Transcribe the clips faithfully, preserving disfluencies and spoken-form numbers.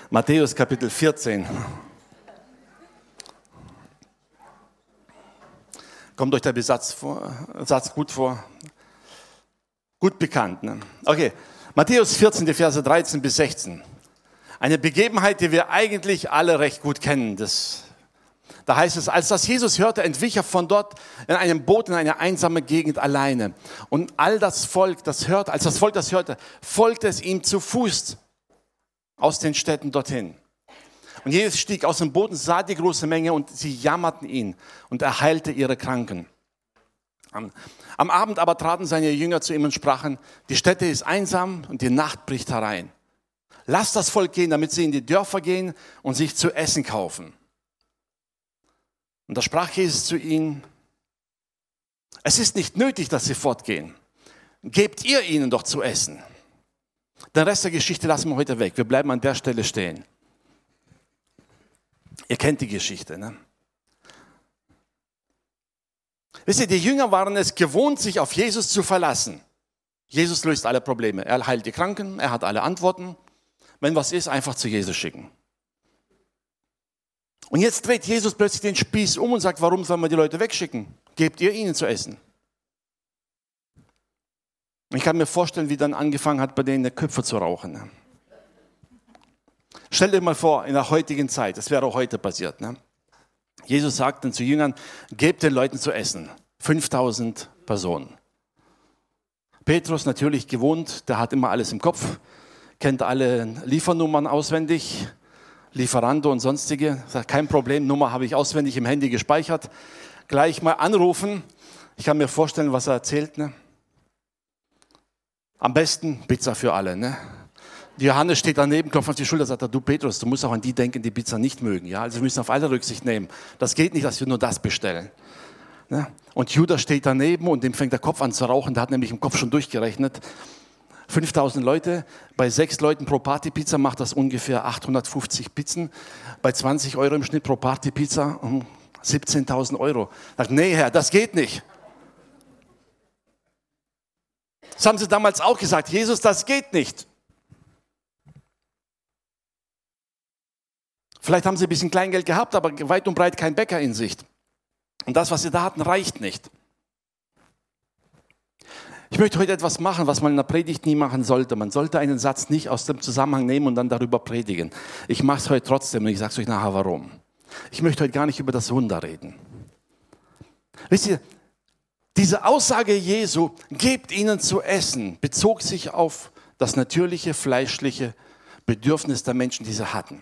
Matthäus Kapitel vierzehn. Kommt euch der Besatz vor, Satz gut vor? Gut bekannt. Ne? Okay, Matthäus vierzehn, die Verse dreizehn bis sechzehn. Eine Begebenheit, die wir eigentlich alle recht gut kennen. Das, da heißt es, als das Jesus hörte, entwich er von dort in einem Boot in eine einsame Gegend alleine. Und all das Volk, das hörte, als das Volk das hörte, folgte es ihm zu Fuß aus den Städten dorthin. Und Jesus stieg aus dem Boot und sah die große Menge und sie jammerten ihn und er heilte ihre Kranken. Am, am Abend aber traten seine Jünger zu ihm und sprachen, die Stätte ist einsam und die Nacht bricht herein. Lasst das Volk gehen, damit sie in die Dörfer gehen und sich zu essen kaufen. Und da sprach Jesus zu ihnen, es ist nicht nötig, dass sie fortgehen. Gebt ihr ihnen doch zu essen. Den Rest der Geschichte lassen wir heute weg. Wir bleiben an der Stelle stehen. Ihr kennt die Geschichte, ne? Wisst ihr, die Jünger waren es gewohnt, sich auf Jesus zu verlassen. Jesus löst alle Probleme. Er heilt die Kranken, er hat alle Antworten. Wenn was ist, einfach zu Jesus schicken. Und jetzt dreht Jesus plötzlich den Spieß um und sagt, warum sollen wir die Leute wegschicken? Gebt ihr ihnen zu essen. Ich kann mir vorstellen, wie dann angefangen hat, bei denen die Köpfe zu rauchen. Ne? Stell dir mal vor, in der heutigen Zeit, das wäre auch heute passiert. Ne? Jesus sagt dann zu Jüngern, gebt den Leuten zu essen. fünftausend Personen. Petrus natürlich gewohnt, der hat immer alles im Kopf, kennt alle Liefernummern auswendig, Lieferando und sonstige. Sagt, kein Problem, Nummer habe ich auswendig im Handy gespeichert. Gleich mal anrufen. Ich kann mir vorstellen, was er erzählt. Ne? Am besten Pizza für alle. Ne? Die Johannes steht daneben, klopft auf die Schulter, sagt er, du Petrus, du musst auch an die denken, die Pizza nicht mögen. Ja? Also wir müssen auf alle Rücksicht nehmen. Das geht nicht, dass wir nur das bestellen. Ne? Und Judas steht daneben und dem fängt der Kopf an zu rauchen. Der hat nämlich im Kopf schon durchgerechnet. fünftausend Leute, bei sechs Leuten pro Partypizza macht das ungefähr achthundertfünfzig Pizzen. Bei zwanzig Euro im Schnitt pro Partypizza siebzehntausend Euro. Sagt, nee Herr, das geht nicht. Das haben sie damals auch gesagt, Jesus, das geht nicht. Vielleicht haben sie ein bisschen Kleingeld gehabt, aber weit und breit kein Bäcker in Sicht. Und das, was sie da hatten, reicht nicht. Ich möchte heute etwas machen, was man in der Predigt nie machen sollte. Man sollte einen Satz nicht aus dem Zusammenhang nehmen und dann darüber predigen. Ich mache es heute trotzdem und ich sage es euch nachher warum. Ich möchte heute gar nicht über das Wunder reden. Wisst ihr, diese Aussage Jesu, gebt ihnen zu essen, bezog sich auf das natürliche, fleischliche Bedürfnis der Menschen, die sie hatten.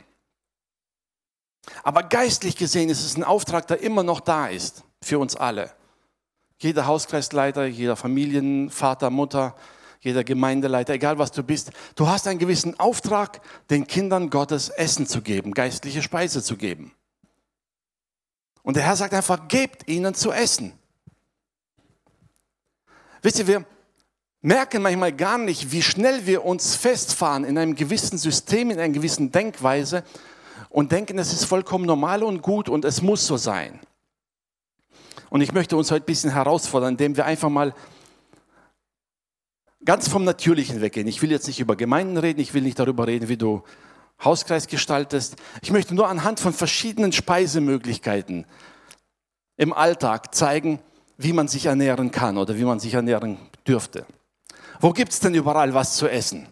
Aber geistlich gesehen ist es ein Auftrag, der immer noch da ist, für uns alle. Jeder Hauskreisleiter, jeder Familienvater, Mutter, jeder Gemeindeleiter, egal was du bist, du hast einen gewissen Auftrag, den Kindern Gottes Essen zu geben, geistliche Speise zu geben. Und der Herr sagt einfach, gebt ihnen zu essen. Wisst ihr, wir merken manchmal gar nicht, wie schnell wir uns festfahren in einem gewissen System, in einer gewissen Denkweise und denken, es ist vollkommen normal und gut und es muss so sein. Und ich möchte uns heute ein bisschen herausfordern, indem wir einfach mal ganz vom Natürlichen weggehen. Ich will jetzt nicht über Gemeinden reden, ich will nicht darüber reden, wie du Hauskreis gestaltest. Ich möchte nur anhand von verschiedenen Speisemöglichkeiten im Alltag zeigen, wie man sich ernähren kann oder wie man sich ernähren dürfte. Wo gibt es denn überall was zu essen?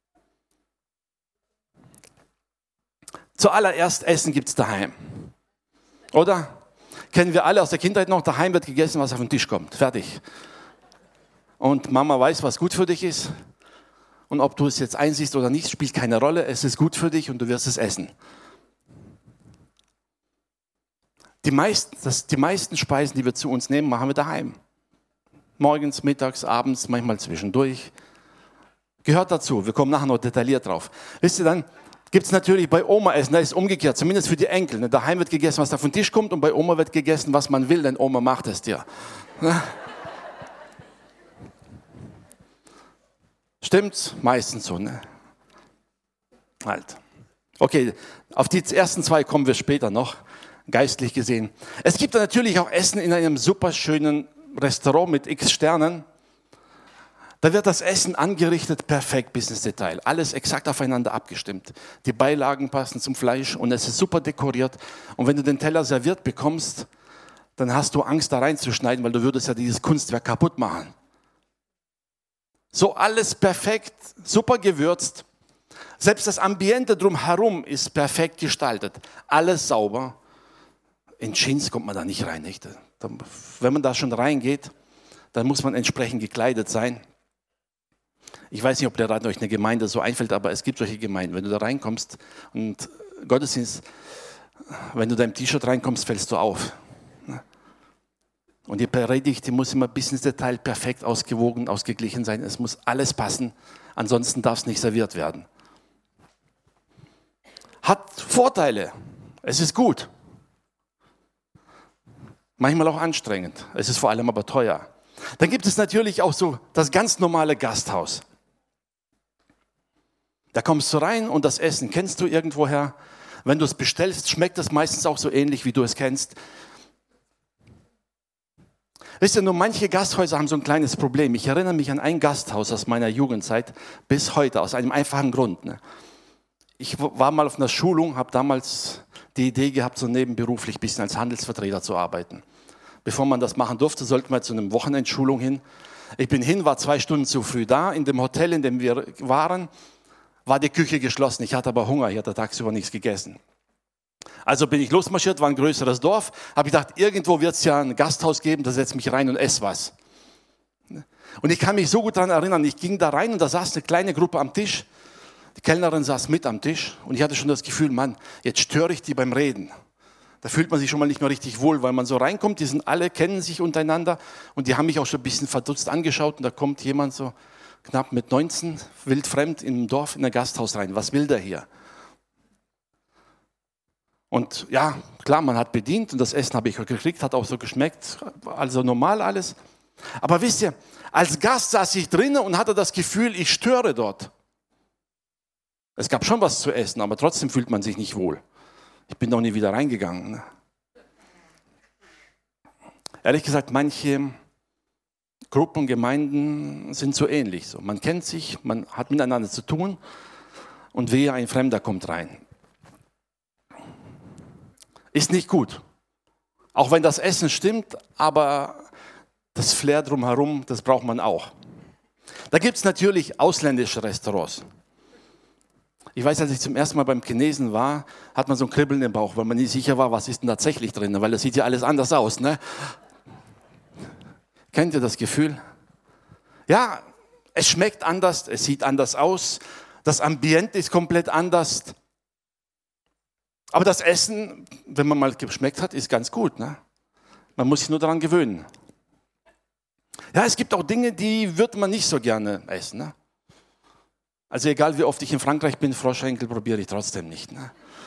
Zuallererst Essen gibt es daheim. Oder? Kennen wir alle aus der Kindheit noch, daheim wird gegessen, was auf den Tisch kommt. Fertig. Und Mama weiß, was gut für dich ist. Und ob du es jetzt einsiehst oder nicht, spielt keine Rolle. Es ist gut für dich und du wirst es essen. Die meisten, das, die meisten Speisen, die wir zu uns nehmen, machen wir daheim. Morgens, mittags, abends, manchmal zwischendurch. Gehört dazu. Wir kommen nachher noch detailliert drauf. Wisst ihr, dann gibt es natürlich bei Oma Essen, da ist es umgekehrt, zumindest für die Enkel. Ne? Daheim wird gegessen, was da vom Tisch kommt und bei Oma wird gegessen, was man will, denn Oma macht es dir. Ne? Stimmt's? Meistens so, ne? Halt. Okay, auf die ersten zwei kommen wir später noch, geistlich gesehen. Es gibt natürlich auch Essen in einem super schönen Restaurant mit x Sternen. Da wird das Essen angerichtet, perfekt bis ins Detail. Alles exakt aufeinander abgestimmt. Die Beilagen passen zum Fleisch und es ist super dekoriert. Und wenn du den Teller serviert bekommst, dann hast du Angst, da reinzuschneiden, weil du würdest ja dieses Kunstwerk kaputt machen. So alles perfekt, super gewürzt. Selbst das Ambiente drumherum ist perfekt gestaltet. Alles sauber. In Jeans kommt man da nicht rein. Nicht? Wenn man da schon reingeht, dann muss man entsprechend gekleidet sein. Ich weiß nicht, ob der Rat euch eine Gemeinde so einfällt, aber es gibt solche Gemeinden. Wenn du da reinkommst und Gottesdienst, wenn du da im T-Shirt reinkommst, fällst du auf. Und die Predigt, die muss immer bis ins Detail perfekt ausgewogen, ausgeglichen sein. Es muss alles passen, ansonsten darf es nicht serviert werden. Hat Vorteile. Es ist gut. Manchmal auch anstrengend. Es ist vor allem aber teuer. Dann gibt es natürlich auch so das ganz normale Gasthaus. Da kommst du rein und das Essen kennst du irgendwoher. Wenn du es bestellst, schmeckt es meistens auch so ähnlich, wie du es kennst. Wisst ihr, nur manche Gasthäuser haben so ein kleines Problem. Ich erinnere mich an ein Gasthaus aus meiner Jugendzeit bis heute, aus einem einfachen Grund. Ne? Ich war mal auf einer Schulung, habe damals die Idee gehabt, so nebenberuflich ein bisschen als Handelsvertreter zu arbeiten. Bevor man das machen durfte, sollten wir zu einer Wochenendschulung hin. Ich bin hin, war zwei Stunden zu früh da. In dem Hotel, in dem wir waren, war die Küche geschlossen. Ich hatte aber Hunger, ich hatte tagsüber nichts gegessen. Also bin ich losmarschiert, war ein größeres Dorf. Habe ich gedacht, irgendwo wird es ja ein Gasthaus geben, da setze ich mich rein und esse was. Und ich kann mich so gut daran erinnern, ich ging da rein und da saß eine kleine Gruppe am Tisch. Die Kellnerin saß mit am Tisch und ich hatte schon das Gefühl, Mann, jetzt störe ich die beim Reden. Da fühlt man sich schon mal nicht mehr richtig wohl, weil man so reinkommt, die sind alle, kennen sich untereinander und die haben mich auch schon ein bisschen verdutzt angeschaut und da kommt jemand so knapp mit neunzehn, wildfremd im Dorf in ein Gasthaus rein. Was will der hier? Und ja, klar, man hat bedient und das Essen habe ich gekriegt, hat auch so geschmeckt, also normal alles. Aber wisst ihr, als Gast saß ich drinnen und hatte das Gefühl, ich störe dort. Es gab schon was zu essen, aber trotzdem fühlt man sich nicht wohl. Ich bin doch nie wieder reingegangen. Ehrlich gesagt, manche Gruppen, Gemeinden sind so ähnlich. So. Man kennt sich, man hat miteinander zu tun und wehe, ein Fremder kommt rein. Ist nicht gut. Auch wenn das Essen stimmt, aber das Flair drumherum, das braucht man auch. Da gibt es natürlich ausländische Restaurants. Ich weiß, als ich zum ersten Mal beim Chinesen war, hat man so ein Kribbeln im Bauch, weil man nicht sicher war, was ist denn tatsächlich drin, weil das sieht ja alles anders aus. Ne? Kennt ihr das Gefühl? Ja, es schmeckt anders, es sieht anders aus, das Ambiente ist komplett anders. Aber das Essen, wenn man mal geschmeckt hat, ist ganz gut. Ne? Man muss sich nur daran gewöhnen. Ja, es gibt auch Dinge, die würde man nicht so gerne essen. Ne? Also egal, wie oft ich in Frankreich bin, Froschschenkel probiere ich trotzdem nicht. Ne?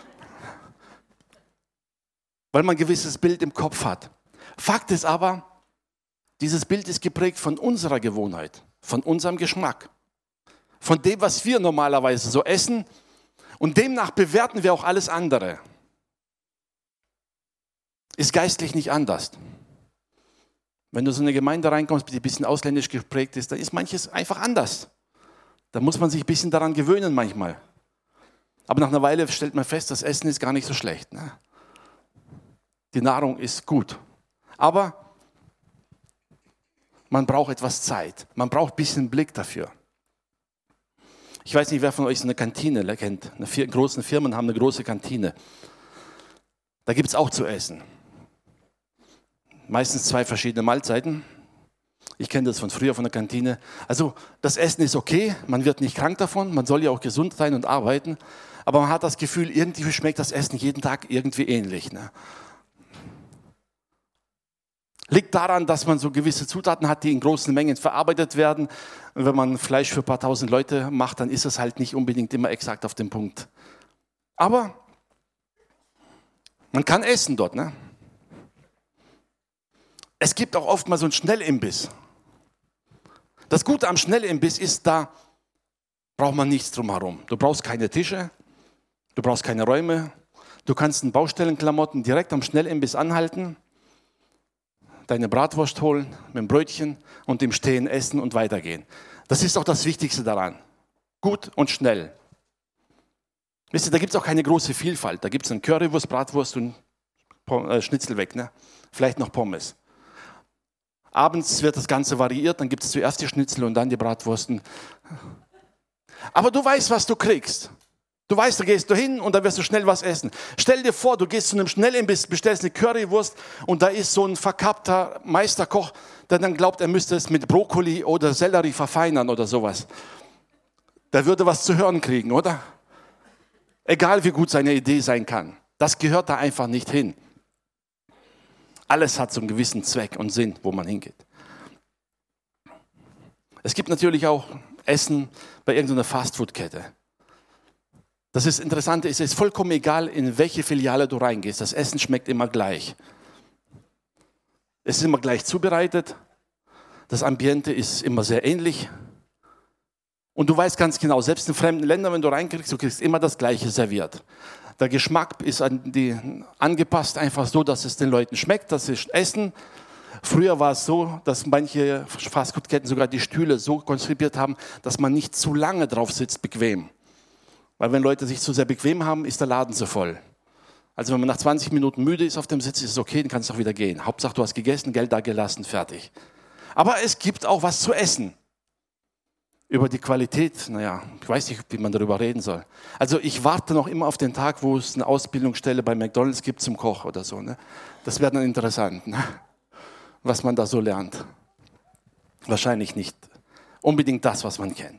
Weil man ein gewisses Bild im Kopf hat. Fakt ist aber, dieses Bild ist geprägt von unserer Gewohnheit, von unserem Geschmack, von dem, was wir normalerweise so essen. Und demnach bewerten wir auch alles andere. Ist geistlich nicht anders. Wenn du so in eine Gemeinde reinkommst, die ein bisschen ausländisch geprägt ist, dann ist manches einfach anders. Da muss man sich ein bisschen daran gewöhnen manchmal. Aber nach einer Weile stellt man fest, das Essen ist gar nicht so schlecht. Ne? Die Nahrung ist gut. Aber man braucht etwas Zeit. Man braucht ein bisschen Blick dafür. Ich weiß nicht, wer von euch so eine Kantine kennt. Eine vier, großen Firmen haben eine große Kantine. Da gibt es auch zu essen. Meistens zwei verschiedene Mahlzeiten. Ich kenne das von früher von der Kantine. Also das Essen ist okay, man wird nicht krank davon, man soll ja auch gesund sein und arbeiten. Aber man hat das Gefühl, irgendwie schmeckt das Essen jeden Tag irgendwie ähnlich. Ne? Liegt daran, dass man so gewisse Zutaten hat, die in großen Mengen verarbeitet werden. Und wenn man Fleisch für ein paar tausend Leute macht, dann ist es halt nicht unbedingt immer exakt auf den Punkt. Aber man kann essen dort. Ne? Es gibt auch oft mal so einen Schnellimbiss. Das Gute am Schnellimbiss ist, da braucht man nichts drumherum. Du brauchst keine Tische, du brauchst keine Räume. Du kannst in Baustellenklamotten direkt am Schnellimbiss anhalten, deine Bratwurst holen mit dem Brötchen und im Stehen essen und weitergehen. Das ist auch das Wichtigste daran. Gut und schnell. Wisst ihr, da gibt es auch keine große Vielfalt. Da gibt es einen Currywurst, Bratwurst und äh, Schnitzel weg, ne? Vielleicht noch Pommes. Abends wird das Ganze variiert, dann gibt es zuerst die Schnitzel und dann die Bratwursten. Aber du weißt, was du kriegst. Du weißt, da gehst du hin und da wirst du schnell was essen. Stell dir vor, du gehst zu einem Schnellimbiss, bestellst eine Currywurst und da ist so ein verkappter Meisterkoch, der dann glaubt, er müsste es mit Brokkoli oder Sellerie verfeinern oder sowas. Der würde was zu hören kriegen, oder? Egal wie gut seine Idee sein kann. Das gehört da einfach nicht hin. Alles hat so einen gewissen Zweck und Sinn, wo man hingeht. Es gibt natürlich auch Essen bei irgendeiner Fastfood-Kette. Das ist Interessante, es ist vollkommen egal, in welche Filiale du reingehst. Das Essen schmeckt immer gleich. Es ist immer gleich zubereitet. Das Ambiente ist immer sehr ähnlich. Und du weißt ganz genau, selbst in fremden Ländern, wenn du reinkriegst, du kriegst immer das Gleiche serviert. Der Geschmack ist an die, angepasst einfach so, dass es den Leuten schmeckt, dass sie essen. Früher war es so, dass manche Fastfood-Ketten sogar die Stühle so konzipiert haben, dass man nicht zu lange drauf sitzt, bequem. Weil wenn Leute sich zu sehr bequem haben, ist der Laden zu voll. Also wenn man nach zwanzig Minuten müde ist auf dem Sitz, ist es okay, dann kannst du auch wieder gehen. Hauptsache du hast gegessen, Geld da gelassen, fertig. Aber es gibt auch was zu essen. Über die Qualität, naja, ich weiß nicht, wie man darüber reden soll. Also ich warte noch immer auf den Tag, wo es eine Ausbildungsstelle bei McDonald's gibt zum Koch oder so. Ne? Das wäre dann interessant, ne? Was man da so lernt. Wahrscheinlich nicht unbedingt das, was man kennt.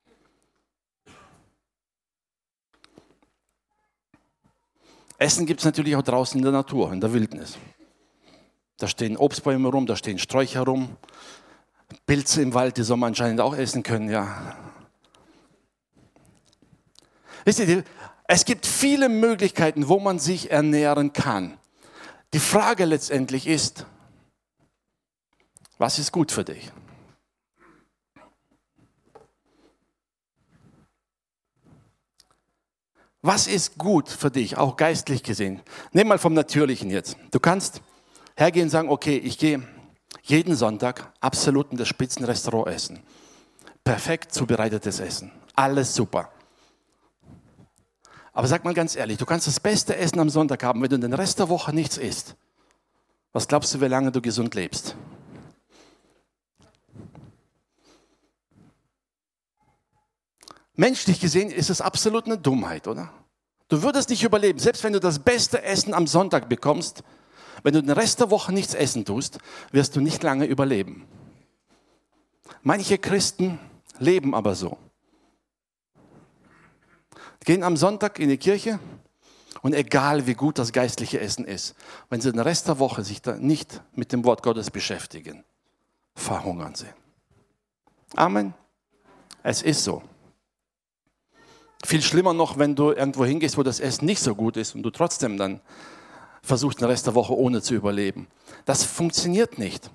Essen gibt es natürlich auch draußen in der Natur, in der Wildnis. Da stehen Obstbäume rum, da stehen Sträucher rum. Pilze im Wald, die soll man anscheinend auch essen können, ja. Wisst ihr, es gibt viele Möglichkeiten, wo man sich ernähren kann. Die Frage letztendlich ist, was ist gut für dich? Was ist gut für dich, auch geistlich gesehen? Nimm mal vom Natürlichen jetzt. Du kannst hergehen und sagen, okay, ich gehe jeden Sonntag absolut in das Spitzenrestaurant essen. Perfekt zubereitetes Essen. Alles super. Aber sag mal ganz ehrlich, du kannst das beste Essen am Sonntag haben, wenn du den Rest der Woche nichts isst. Was glaubst du, wie lange du gesund lebst? Menschlich gesehen ist es absolut eine Dummheit, oder? Du würdest nicht überleben, selbst wenn du das beste Essen am Sonntag bekommst. Wenn du den Rest der Woche nichts essen tust, wirst du nicht lange überleben. Manche Christen leben aber so. Gehen am Sonntag in die Kirche und egal wie gut das geistliche Essen ist, wenn sie den Rest der Woche sich da nicht mit dem Wort Gottes beschäftigen, verhungern sie. Amen. Es ist so. Viel schlimmer noch, wenn du irgendwo hingehst, wo das Essen nicht so gut ist und du trotzdem dann versucht, den Rest der Woche ohne zu überleben. Das funktioniert nicht.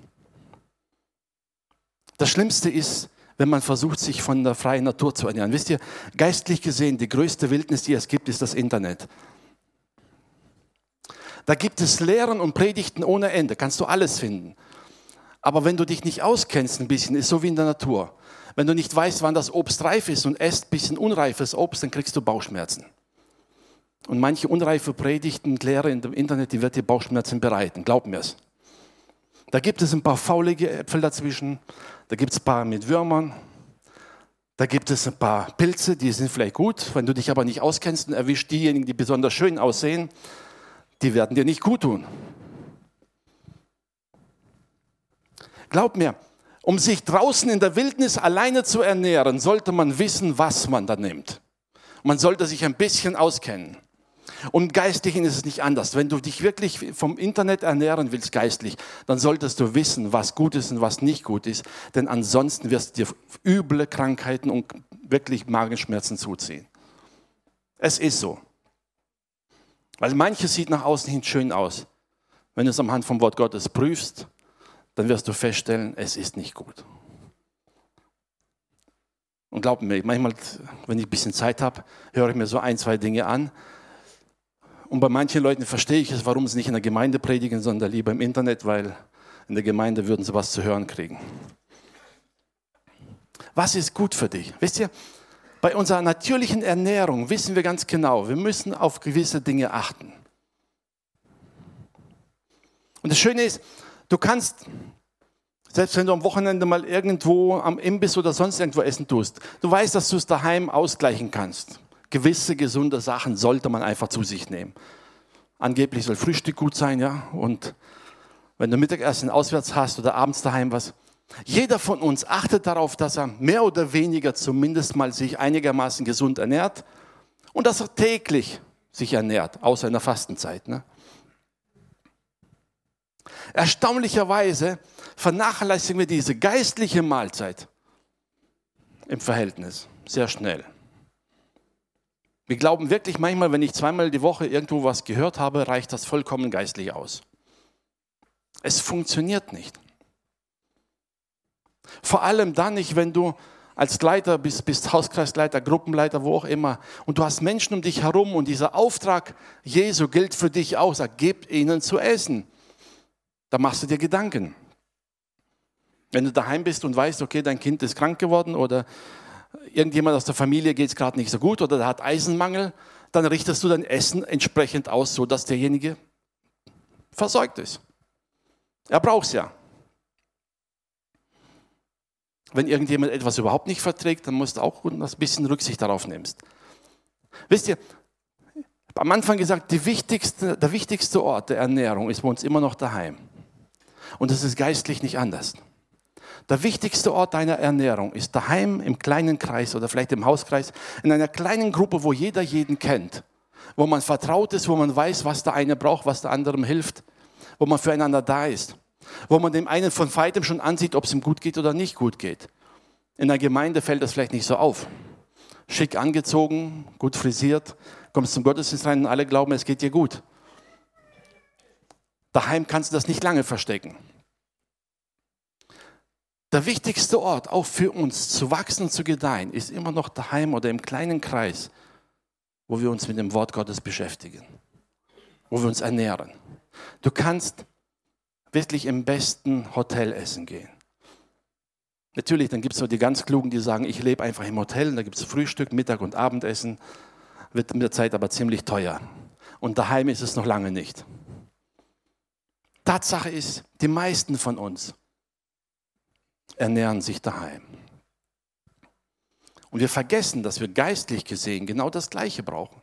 Das Schlimmste ist, wenn man versucht, sich von der freien Natur zu ernähren. Wisst ihr, geistlich gesehen, die größte Wildnis, die es gibt, ist das Internet. Da gibt es Lehren und Predigten ohne Ende, kannst du alles finden. Aber wenn du dich nicht auskennst ein bisschen, ist so wie in der Natur. Wenn du nicht weißt, wann das Obst reif ist und esst ein bisschen unreifes Obst, dann kriegst du Bauchschmerzen. Und manche unreife Predigten und Lehre im Internet, die wird dir Bauchschmerzen bereiten, glaub mir's. Da gibt es ein paar faulige Äpfel dazwischen, da gibt es ein paar mit Würmern, da gibt es ein paar Pilze, die sind vielleicht gut. Wenn du dich aber nicht auskennst und erwischst diejenigen, die besonders schön aussehen, die werden dir nicht gut tun. Glaub mir, um sich draußen in der Wildnis alleine zu ernähren, sollte man wissen, was man da nimmt. Man sollte sich ein bisschen auskennen. Und geistlich ist es nicht anders. Wenn du dich wirklich vom Internet ernähren willst, geistlich, dann solltest du wissen, was gut ist und was nicht gut ist. Denn ansonsten wirst du dir üble Krankheiten und wirklich Magenschmerzen zuziehen. Es ist so. Weil manches sieht nach außen hin schön aus. Wenn du es am Hand vom Wort Gottes prüfst, dann wirst du feststellen, es ist nicht gut. Und glaub mir, manchmal, wenn ich ein bisschen Zeit habe, höre ich mir so ein, zwei Dinge an. Und bei manchen Leuten verstehe ich es, warum sie nicht in der Gemeinde predigen, sondern lieber im Internet, weil in der Gemeinde würden sie was zu hören kriegen. Was ist gut für dich? Wisst ihr, bei unserer natürlichen Ernährung wissen wir ganz genau, wir müssen auf gewisse Dinge achten. Und das Schöne ist, du kannst, selbst wenn du am Wochenende mal irgendwo am Imbiss oder sonst irgendwo essen tust, du weißt, dass du es daheim ausgleichen kannst. Gewisse gesunde Sachen sollte man einfach zu sich nehmen. Angeblich soll Frühstück gut sein, ja, und wenn du Mittagessen auswärts hast oder abends daheim was. Jeder von uns achtet darauf, dass er mehr oder weniger zumindest mal sich einigermaßen gesund ernährt und dass er täglich sich ernährt, außer in der Fastenzeit. Ne? Erstaunlicherweise vernachlässigen wir diese geistliche Mahlzeit im Verhältnis sehr schnell. Wir glauben wirklich manchmal, wenn ich zweimal die Woche irgendwo was gehört habe, reicht das vollkommen geistlich aus. Es funktioniert nicht. Vor allem dann nicht, wenn du als Leiter bist, bist Hauskreisleiter, Gruppenleiter, wo auch immer, und du hast Menschen um dich herum und dieser Auftrag Jesu gilt für dich auch, sag, gib ihnen zu essen. Da machst du dir Gedanken. Wenn du daheim bist und weißt, okay, dein Kind ist krank geworden oder irgendjemand aus der Familie geht es gerade nicht so gut oder der hat Eisenmangel, dann richtest du dein Essen entsprechend aus, so dass derjenige versorgt ist. Er braucht es ja. Wenn irgendjemand etwas überhaupt nicht verträgt, dann musst du auch ein bisschen Rücksicht darauf nehmen. Wisst ihr, ich habe am Anfang gesagt, die wichtigste, der wichtigste Ort der Ernährung ist bei uns immer noch daheim. Und das ist geistlich nicht anders. Der wichtigste Ort deiner Ernährung ist daheim im kleinen Kreis oder vielleicht im Hauskreis, in einer kleinen Gruppe, wo jeder jeden kennt, wo man vertraut ist, wo man weiß, was der eine braucht, was der anderem hilft, wo man füreinander da ist, wo man dem einen von weitem schon ansieht, ob es ihm gut geht oder nicht gut geht. In der Gemeinde fällt das vielleicht nicht so auf. Schick angezogen, gut frisiert, kommst zum Gottesdienst rein und alle glauben, es geht dir gut. Daheim kannst du das nicht lange verstecken. Der wichtigste Ort, auch für uns, zu wachsen und zu gedeihen, ist immer noch daheim oder im kleinen Kreis, wo wir uns mit dem Wort Gottes beschäftigen, wo wir uns ernähren. Du kannst wirklich im besten Hotel essen gehen. Natürlich, dann gibt es so die ganz Klugen, die sagen, ich lebe einfach im Hotel, und da gibt es Frühstück, Mittag und Abendessen, wird mit der Zeit aber ziemlich teuer. Und daheim ist es noch lange nicht. Tatsache ist, die meisten von uns ernähren sich daheim. Und wir vergessen, dass wir geistlich gesehen genau das Gleiche brauchen.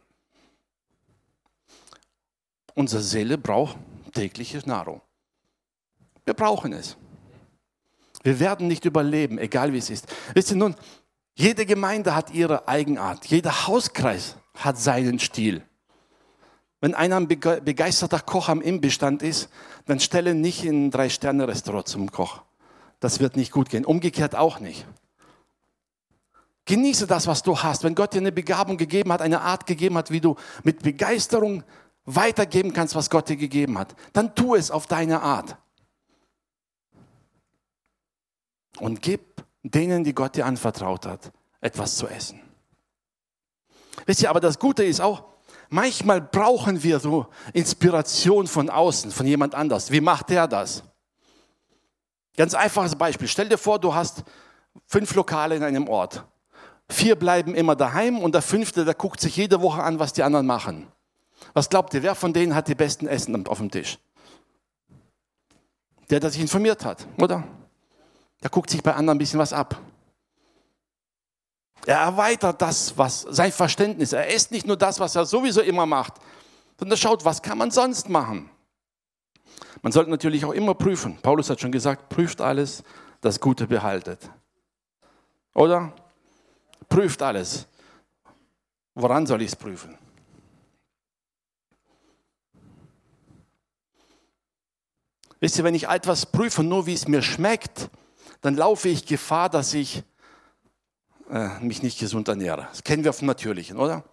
Unsere Seele braucht tägliche Nahrung. Wir brauchen es. Wir werden nicht überleben, egal wie es ist. Wisst ihr nun, jede Gemeinde hat ihre Eigenart. Jeder Hauskreis hat seinen Stil. Wenn einer ein begeisterter Koch am Imbissstand ist, dann stelle nicht in ein Drei-Sterne-Restaurant zum Koch. Das wird nicht gut gehen. Umgekehrt auch nicht. Genieße das, was du hast. Wenn Gott dir eine Begabung gegeben hat, eine Art gegeben hat, wie du mit Begeisterung weitergeben kannst, was Gott dir gegeben hat, dann tu es auf deine Art. Und gib denen, die Gott dir anvertraut hat, etwas zu essen. Wisst ihr, aber das Gute ist auch, manchmal brauchen wir so Inspiration von außen, von jemand anders. Wie macht der das? Ganz einfaches Beispiel. Stell dir vor, du hast fünf Lokale in einem Ort. Vier bleiben immer daheim und der fünfte, der guckt sich jede Woche an, was die anderen machen. Was glaubt ihr, wer von denen hat die besten Essen auf dem Tisch? Der, der sich informiert hat, oder? Der guckt sich bei anderen ein bisschen was ab. Er erweitert das, was sein Verständnis. Er isst nicht nur das, was er sowieso immer macht, sondern schaut, was kann man sonst machen. Man sollte natürlich auch immer prüfen. Paulus hat schon gesagt, prüft alles, das Gute behaltet. Oder? Prüft alles. Woran soll ich es prüfen? Wisst ihr, wenn ich etwas prüfe, nur wie es mir schmeckt, dann laufe ich Gefahr, dass ich äh, mich nicht gesund ernähre. Das kennen wir vom Natürlichen, oder?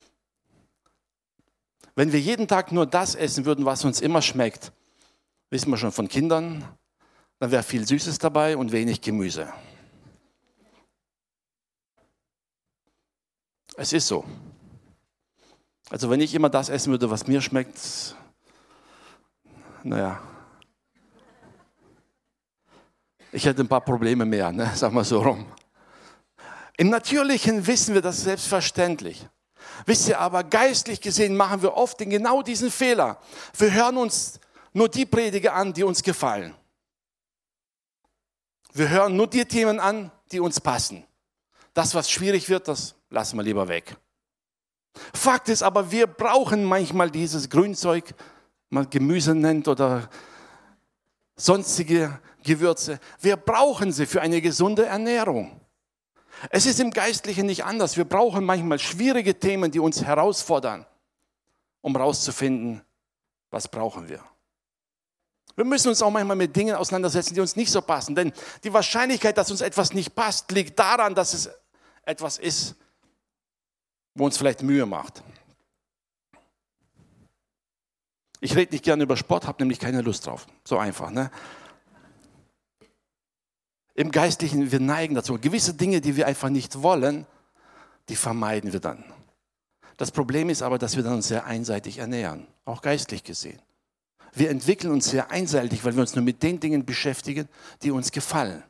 Wenn wir jeden Tag nur das essen würden, was uns immer schmeckt, wissen wir schon von Kindern, dann wäre viel Süßes dabei und wenig Gemüse. Es ist so. Also wenn ich immer das essen würde, was mir schmeckt, naja, ich hätte ein paar Probleme mehr, ne? Sag mal so rum. Im Natürlichen wissen wir das selbstverständlich. Wisst ihr, aber geistlich gesehen machen wir oft den, genau diesen Fehler. Wir hören uns nur die Prediger an, die uns gefallen. Wir hören nur die Themen an, die uns passen. Das, was schwierig wird, das lassen wir lieber weg. Fakt ist aber, wir brauchen manchmal dieses Grünzeug, man Gemüse nennt oder sonstige Gewürze. Wir brauchen sie für eine gesunde Ernährung. Es ist im Geistlichen nicht anders. Wir brauchen manchmal schwierige Themen, die uns herausfordern, um herauszufinden, was brauchen wir. Wir müssen uns auch manchmal mit Dingen auseinandersetzen, die uns nicht so passen. Denn die Wahrscheinlichkeit, dass uns etwas nicht passt, liegt daran, dass es etwas ist, wo uns vielleicht Mühe macht. Ich rede nicht gerne über Sport, habe nämlich keine Lust drauf. So einfach, ne? Im Geistlichen, wir neigen dazu. Gewisse Dinge, die wir einfach nicht wollen, die vermeiden wir dann. Das Problem ist aber, dass wir dann uns sehr einseitig ernähren, auch geistlich gesehen. Wir entwickeln uns sehr einseitig, weil wir uns nur mit den Dingen beschäftigen, die uns gefallen.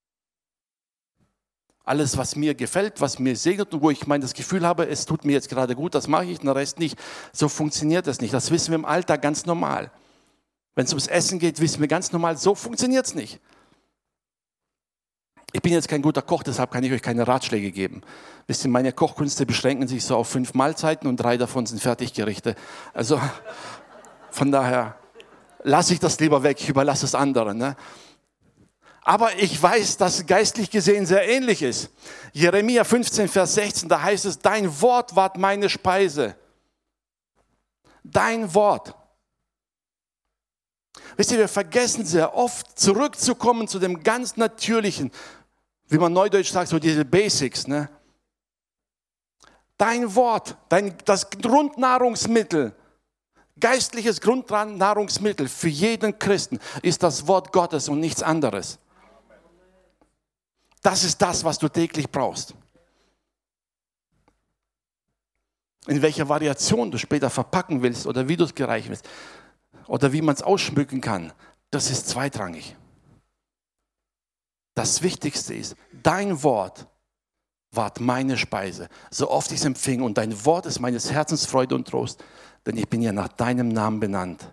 Alles, was mir gefällt, was mir segnet und wo ich mein das Gefühl habe, es tut mir jetzt gerade gut, das mache ich, den Rest nicht. So funktioniert das nicht. Das wissen wir im Alltag ganz normal. Wenn es ums Essen geht, wissen wir ganz normal, so funktioniert es nicht. Ich bin jetzt kein guter Koch, deshalb kann ich euch keine Ratschläge geben. Wisst ihr, meine Kochkünste beschränken sich so auf fünf Mahlzeiten und drei davon sind Fertiggerichte. Also von daher lasse ich das lieber weg, ich überlasse es anderen. Ne? Aber ich weiß, dass geistlich gesehen sehr ähnlich ist. Jeremia fünfzehn, Vers sechzehn, da heißt es, dein Wort ward meine Speise. Dein Wort. Wisst ihr, wir vergessen sehr oft, zurückzukommen zu dem ganz Natürlichen, wie man neudeutsch sagt, so diese Basics. Ne? Dein Wort, dein, das Grundnahrungsmittel, geistliches Grundnahrungsmittel für jeden Christen ist das Wort Gottes und nichts anderes. Das ist das, was du täglich brauchst. In welcher Variation du später verpacken willst oder wie du es gereichen willst oder wie man es ausschmücken kann, das ist zweitrangig. Das Wichtigste ist, dein Wort ward meine Speise, so oft ich es empfing, und dein Wort ist meines Herzens Freude und Trost, denn ich bin ja nach deinem Namen benannt.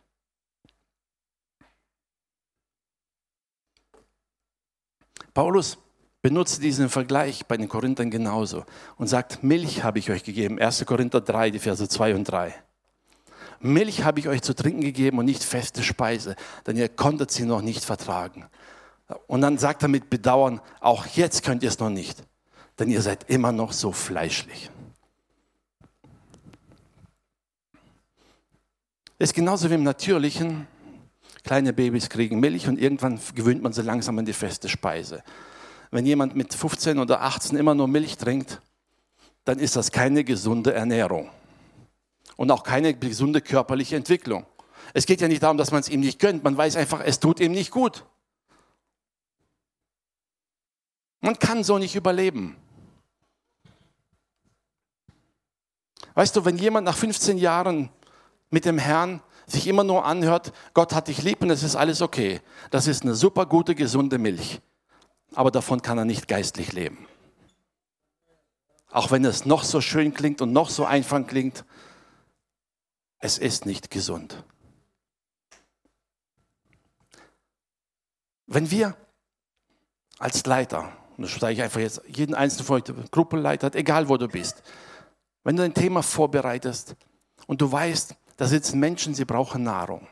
Paulus benutzt diesen Vergleich bei den Korinthern genauso und sagt, Milch habe ich euch gegeben, erster Korinther drei, die Verse zwei und drei. Milch habe ich euch zu trinken gegeben und nicht feste Speise, denn ihr konntet sie noch nicht vertragen. Und dann sagt er mit Bedauern, auch jetzt könnt ihr es noch nicht, denn ihr seid immer noch so fleischlich. Das ist genauso wie im Natürlichen. Kleine Babys kriegen Milch und irgendwann gewöhnt man sie langsam an die feste Speise. Wenn jemand mit fünfzehn oder achtzehn immer nur Milch trinkt, dann ist das keine gesunde Ernährung und auch keine gesunde körperliche Entwicklung. Es geht ja nicht darum, dass man es ihm nicht gönnt, man weiß einfach, es tut ihm nicht gut. Man kann so nicht überleben. Weißt du, wenn jemand nach fünfzehn Jahren mit dem Herrn sich immer nur anhört, Gott hat dich lieb und es ist alles okay. Das ist eine super gute, gesunde Milch. Aber davon kann er nicht geistlich leben. Auch wenn es noch so schön klingt und noch so einfach klingt, es ist nicht gesund. Wenn wir als Leiter, und das sage ich einfach jetzt jeden einzelnen von euch, Gruppenleiter, egal wo du bist, wenn du ein Thema vorbereitest und du weißt, da sitzen Menschen, sie brauchen Nahrung.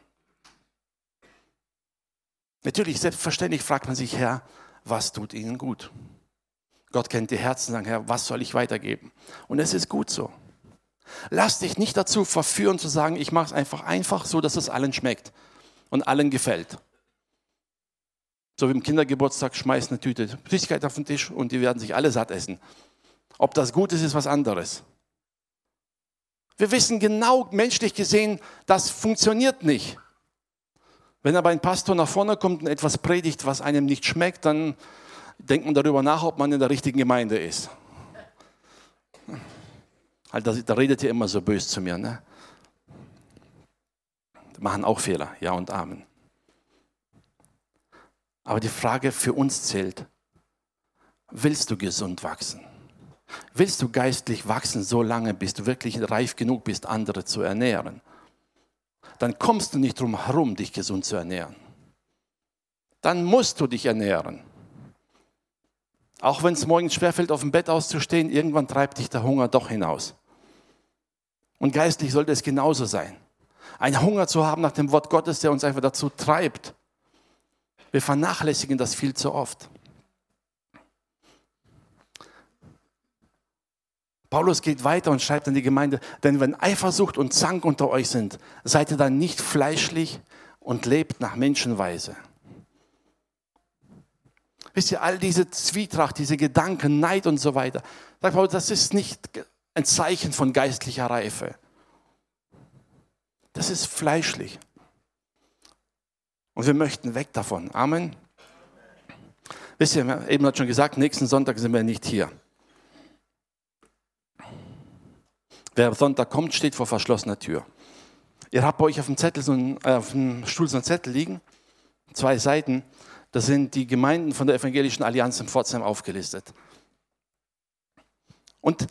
Natürlich, selbstverständlich fragt man sich, Herr, was tut ihnen gut? Gott kennt die Herzen, sagt, Herr, was soll ich weitergeben? Und es ist gut so. Lass dich nicht dazu verführen zu sagen, ich mache es einfach einfach so, dass es allen schmeckt und allen gefällt. So wie im Kindergeburtstag, schmeißt eine Tüte Süßigkeit auf den Tisch und die werden sich alle satt essen. Ob das gut ist, ist was anderes. Wir wissen genau, menschlich gesehen, das funktioniert nicht. Wenn aber ein Pastor nach vorne kommt und etwas predigt, was einem nicht schmeckt, dann denkt man darüber nach, ob man in der richtigen Gemeinde ist. Halt, da, da redet ihr immer so böse zu mir. Ne? Die machen auch Fehler, ja und Amen. Aber die Frage für uns zählt, Willst du gesund wachsen? Willst du geistlich wachsen, so lange, bis du wirklich reif genug bist, andere zu ernähren? Dann kommst du nicht drum herum, dich gesund zu ernähren. Dann musst du dich ernähren. Auch wenn es morgens schwerfällt, auf dem Bett auszustehen, irgendwann treibt dich der Hunger doch hinaus. Und geistlich sollte es genauso sein. Einen Hunger zu haben nach dem Wort Gottes, der uns einfach dazu treibt. Wir vernachlässigen das viel zu oft. Paulus geht weiter und schreibt an die Gemeinde, denn wenn Eifersucht und Zank unter euch sind, seid ihr dann nicht fleischlich und lebt nach Menschenweise. Wisst ihr, all diese Zwietracht, diese Gedanken, Neid und so weiter, sagt Paulus, das ist nicht ein Zeichen von geistlicher Reife. Das ist fleischlich. Und wir möchten weg davon. Amen. Wisst ihr, eben hat schon gesagt, nächsten Sonntag sind wir nicht hier. Wer am Sonntag kommt, steht vor verschlossener Tür. Ihr habt bei euch auf dem Zettel so einen, äh, auf dem Stuhl so einen Zettel liegen, zwei Seiten. Das sind die Gemeinden von der Evangelischen Allianz in Pforzheim aufgelistet. Und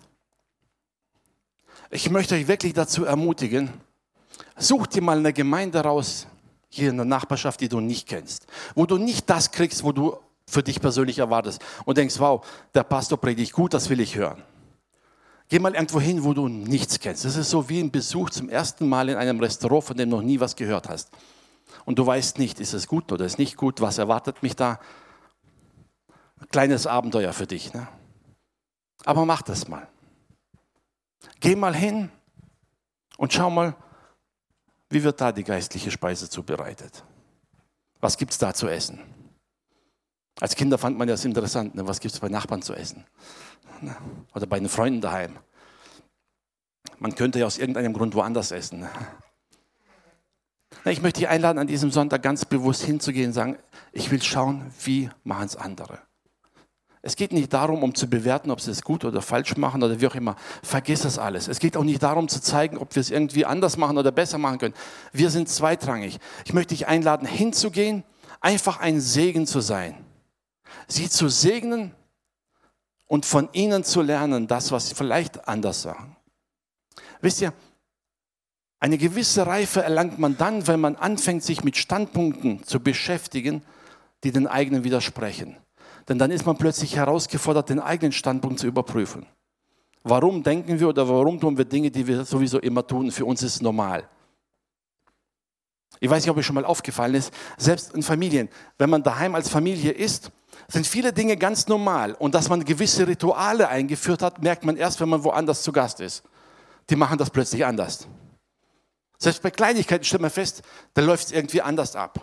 ich möchte euch wirklich dazu ermutigen, such dir mal eine Gemeinde raus, hier in der Nachbarschaft, die du nicht kennst, wo du nicht das kriegst, wo du für dich persönlich erwartest und denkst, wow, der Pastor predigt gut, das will ich hören. Geh mal irgendwo hin, wo du nichts kennst. Das ist so wie ein Besuch zum ersten Mal in einem Restaurant, von dem du noch nie was gehört hast. Und du weißt nicht, ist es gut oder ist es nicht gut, was erwartet mich da? Ein kleines Abenteuer für dich. Ne? Aber mach das mal. Geh mal hin und schau mal, wie wird da die geistliche Speise zubereitet? Was gibt es da zu essen? Als Kinder fand man das interessant, ne? Was gibt es bei Nachbarn zu essen? Ne? Oder bei den Freunden daheim. Man könnte ja aus irgendeinem Grund woanders essen. Ne? Ich möchte dich einladen, an diesem Sonntag ganz bewusst hinzugehen und sagen, ich will schauen, wie machen es andere. Es geht nicht darum, um zu bewerten, ob sie es gut oder falsch machen oder wie auch immer. Vergiss das alles. Es geht auch nicht darum zu zeigen, ob wir es irgendwie anders machen oder besser machen können. Wir sind zweitrangig. Ich möchte dich einladen, hinzugehen, einfach ein Segen zu sein. Sie zu segnen und von ihnen zu lernen, das, was sie vielleicht anders sagen. Wisst ihr, eine gewisse Reife erlangt man dann, wenn man anfängt, sich mit Standpunkten zu beschäftigen, die den eigenen widersprechen. Denn dann ist man plötzlich herausgefordert, den eigenen Standpunkt zu überprüfen. Warum denken wir oder warum tun wir Dinge, die wir sowieso immer tun? Für uns ist es normal. Ich weiß nicht, ob euch schon mal aufgefallen ist, selbst in Familien, wenn man daheim als Familie ist, sind viele Dinge ganz normal. Und dass man gewisse Rituale eingeführt hat, merkt man erst, wenn man woanders zu Gast ist. Die machen das plötzlich anders. Selbst bei Kleinigkeiten stellt man fest, da läuft es irgendwie anders ab.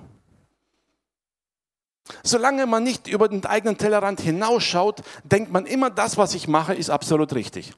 Solange man nicht über den eigenen Tellerrand hinausschaut, denkt man immer, das, was ich mache, ist absolut richtig.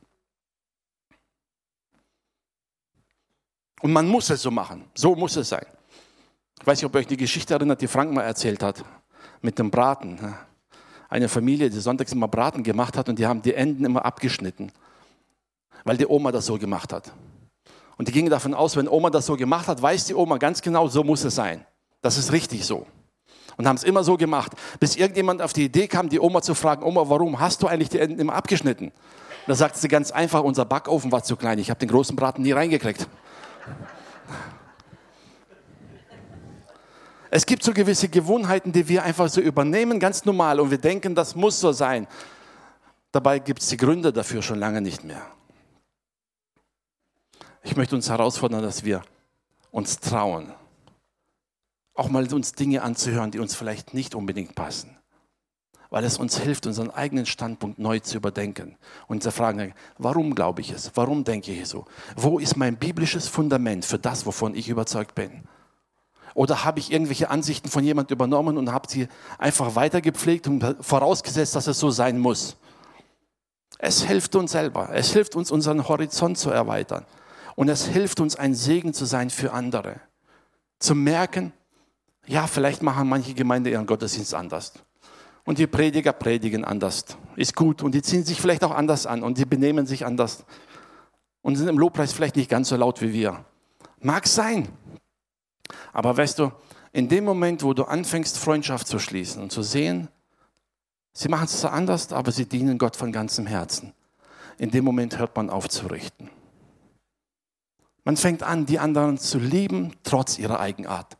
Und man muss es so machen. So muss es sein. Ich weiß nicht, ob ihr euch die Geschichte erinnert, die Frank mal erzählt hat, mit dem Braten. Eine Familie, die sonntags immer Braten gemacht hat und die haben die Enden immer abgeschnitten, weil die Oma das so gemacht hat. Und die gingen davon aus, wenn Oma das so gemacht hat, weiß die Oma ganz genau, so muss es sein. Das ist richtig so. Und haben es immer so gemacht, bis irgendjemand auf die Idee kam, die Oma zu fragen, Oma, warum hast du eigentlich die Enden immer abgeschnitten? Da sagte sie ganz einfach, unser Backofen war zu klein, ich habe den großen Braten nie reingekriegt. Es gibt so gewisse Gewohnheiten, die wir einfach so übernehmen, ganz normal, und wir denken, das muss so sein. Dabei gibt es die Gründe dafür schon lange nicht mehr. Ich möchte uns herausfordern, dass wir uns trauen, auch mal uns Dinge anzuhören, die uns vielleicht nicht unbedingt passen. Weil es uns hilft, unseren eigenen Standpunkt neu zu überdenken und zu fragen, warum glaube ich es? Warum denke ich so? Wo ist mein biblisches Fundament für das, wovon ich überzeugt bin? Oder habe ich irgendwelche Ansichten von jemandem übernommen und habe sie einfach weitergepflegt und vorausgesetzt, dass es so sein muss? Es hilft uns selber. Es hilft uns, unseren Horizont zu erweitern. Und es hilft uns, ein Segen zu sein für andere. Zu merken, ja, vielleicht machen manche Gemeinden ihren Gottesdienst anders. Und die Prediger predigen anders. Ist gut. Und die ziehen sich vielleicht auch anders an. Und die benehmen sich anders. Und sind im Lobpreis vielleicht nicht ganz so laut wie wir. Mag sein. Aber weißt du, in dem Moment, wo du anfängst, Freundschaft zu schließen und zu sehen, Sie machen es zwar anders, aber sie dienen Gott von ganzem Herzen. In dem Moment hört man auf zu richten. Man fängt an, die anderen zu lieben, trotz ihrer Eigenart.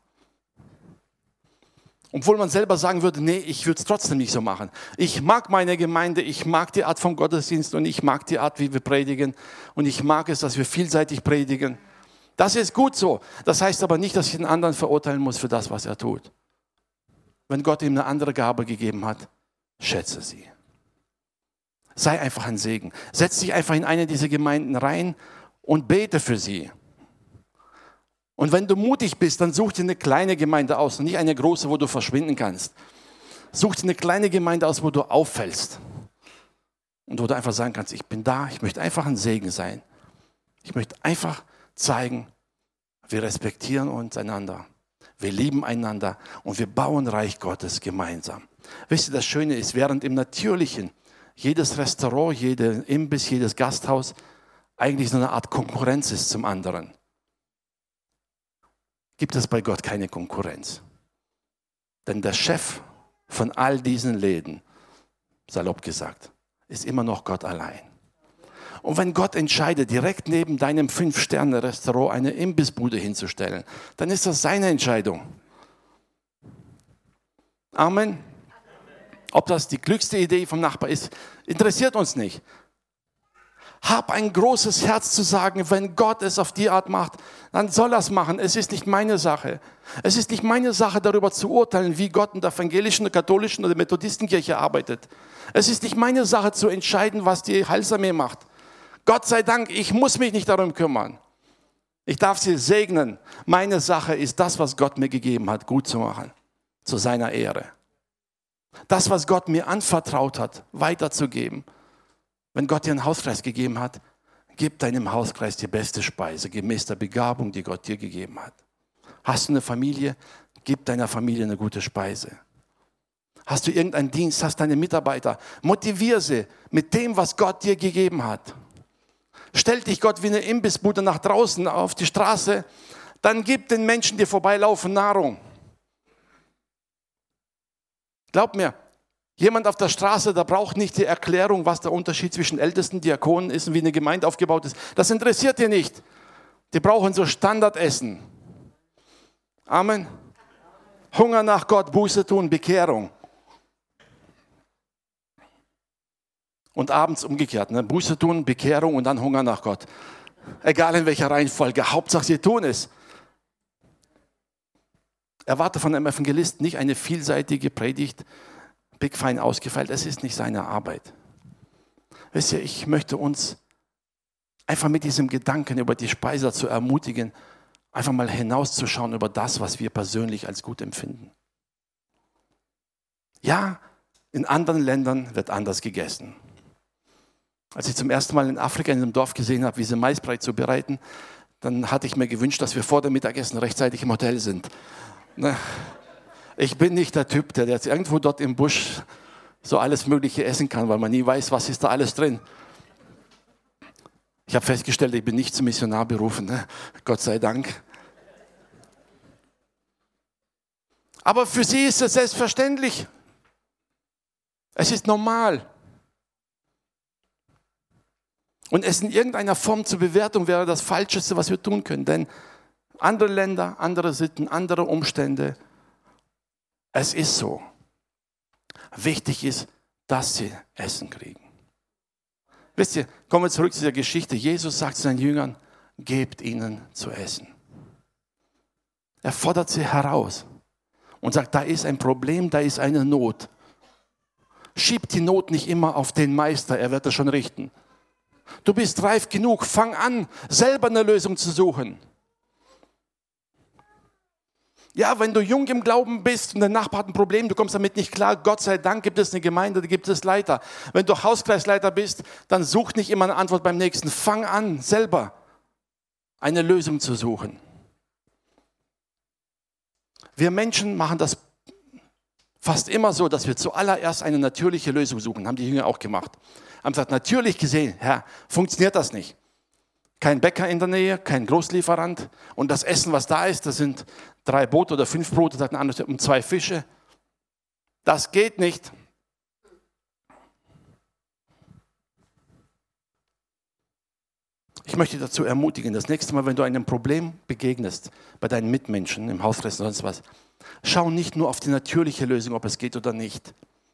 Obwohl man selber sagen würde, nee, ich würde es trotzdem nicht so machen. Ich mag meine Gemeinde, ich mag die Art von Gottesdienst und ich mag die Art, wie wir predigen. Und ich mag es, dass wir vielseitig predigen. Das ist gut so. Das heißt aber nicht, dass ich den anderen verurteilen muss für das, was er tut. Wenn Gott ihm eine andere Gabe gegeben hat, schätze sie. Sei einfach ein Segen. Setz dich einfach in eine dieser Gemeinden rein und bete für sie. Und wenn du mutig bist, dann such dir eine kleine Gemeinde aus und nicht eine große, wo du verschwinden kannst. Such dir eine kleine Gemeinde aus, wo du auffällst. Und wo du einfach sagen kannst, ich bin da, ich möchte einfach ein Segen sein. Ich möchte einfach zeigen, wir respektieren uns einander. Wir lieben einander und wir bauen Reich Gottes gemeinsam. Wisst ihr, das Schöne ist, während im Natürlichen jedes Restaurant, jeder Imbiss, jedes Gasthaus eigentlich so eine Art Konkurrenz ist zum anderen, gibt es bei Gott keine Konkurrenz. Denn der Chef von all diesen Läden, salopp gesagt, ist immer noch Gott allein. Und wenn Gott entscheidet, direkt neben deinem Fünf-Sterne-Restaurant eine Imbissbude hinzustellen, dann ist das seine Entscheidung. Amen. Ob das die klügste Idee vom Nachbar ist, interessiert uns nicht. Hab ein großes Herz zu sagen, wenn Gott es auf die Art macht, dann soll er es machen. Es ist nicht meine Sache. Es ist nicht meine Sache, darüber zu urteilen, wie Gott in der evangelischen, der katholischen oder der Methodistenkirche arbeitet. Es ist nicht meine Sache zu entscheiden, was die Heilsarmee macht. Gott sei Dank, ich muss mich nicht darum kümmern. Ich darf sie segnen. Meine Sache ist das, was Gott mir gegeben hat, gut zu machen. Zu seiner Ehre. Das, was Gott mir anvertraut hat, weiterzugeben. Wenn Gott dir einen Hauskreis gegeben hat, gib deinem Hauskreis die beste Speise, gemäß der Begabung, die Gott dir gegeben hat. Hast du eine Familie, gib deiner Familie eine gute Speise. Hast du irgendeinen Dienst, hast deine Mitarbeiter, motiviere sie mit dem, was Gott dir gegeben hat. Stellt dich Gott wie eine Imbissbude nach draußen auf die Straße, dann gib den Menschen, die vorbeilaufen, Nahrung. Glaub mir, jemand auf der Straße, der braucht nicht die Erklärung, was der Unterschied zwischen Ältesten, Diakonen ist und wie eine Gemeinde aufgebaut ist. Das interessiert dir nicht. Die brauchen so Standardessen. Amen. Hunger nach Gott, Buße tun, Bekehrung. Und abends umgekehrt, ne? Buße tun, Bekehrung und dann Hunger nach Gott. Egal in welcher Reihenfolge, Hauptsache sie tun es. Erwarte von einem Evangelisten nicht eine vielseitige Predigt, big fein ausgefeilt. Es ist nicht seine Arbeit. Wisst ihr, ich möchte uns einfach mit diesem Gedanken über die Speise zu ermutigen, einfach mal hinauszuschauen über das, was wir persönlich als gut empfinden. Ja, in anderen Ländern wird anders gegessen. Als ich zum ersten Mal in Afrika in einem Dorf gesehen habe, wie sie Maisbrei zubereiten, dann hatte ich mir gewünscht, dass wir vor dem Mittagessen rechtzeitig im Hotel sind. Ich bin nicht der Typ, der jetzt irgendwo dort im Busch so alles Mögliche essen kann, weil man nie weiß, was ist da alles drin. Ich habe festgestellt, ich bin nicht zum Missionar berufen, ne? Gott sei Dank. Aber für sie ist es selbstverständlich. Es ist normal. Und es in irgendeiner Form zur Bewertung wäre das Falscheste, was wir tun können. Denn andere Länder, andere Sitten, andere Umstände. Es ist so. Wichtig ist, dass sie Essen kriegen. Wisst ihr, kommen wir zurück zu dieser Geschichte. Jesus sagt zu seinen Jüngern, gebt ihnen zu essen. Er fordert sie heraus und sagt, da ist ein Problem, da ist eine Not. Schieb die Not nicht immer auf den Meister, er wird das schon richten. Du bist reif genug, fang an, selber eine Lösung zu suchen. Ja, wenn du jung im Glauben bist und der Nachbar hat ein Problem, du kommst damit nicht klar, Gott sei Dank gibt es eine Gemeinde, da gibt es Leiter. Wenn du Hauskreisleiter bist, dann such nicht immer eine Antwort beim Nächsten. Fang an, selber eine Lösung zu suchen. Wir Menschen machen das fast immer so, dass wir zuallererst eine natürliche Lösung suchen. Haben die Jünger auch gemacht. Haben gesagt, natürlich gesehen, Herr, funktioniert das nicht. Kein Bäcker in der Nähe, kein Großlieferant. Und das Essen, was da ist, das sind drei Brote oder fünf Brote, sagt ein anderes, um zwei Fische. Das geht nicht. Ich möchte dich dazu ermutigen, das nächste Mal, wenn du einem Problem begegnest, bei deinen Mitmenschen, im Hausfressen oder sonst was, schau nicht nur auf die natürliche Lösung, ob es geht oder nicht.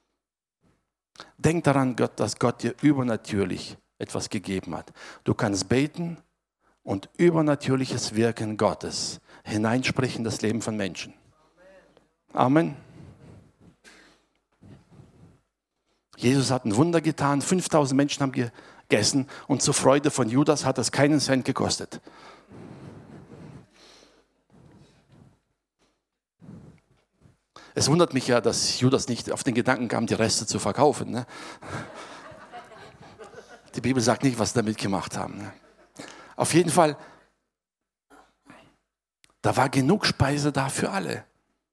Denk daran, Gott, dass Gott dir übernatürlich etwas gegeben hat. Du kannst beten und übernatürliches Wirken Gottes hineinsprechen in das Leben von Menschen. Amen. Jesus hat ein Wunder getan, fünftausend Menschen haben gegessen und zur Freude von Judas hat es keinen Cent gekostet. Es wundert mich ja, dass Judas nicht auf den Gedanken kam, die Reste zu verkaufen. Ne? Die Bibel sagt nicht, was sie damit gemacht haben. Ne? Auf jeden Fall, da war genug Speise da für alle.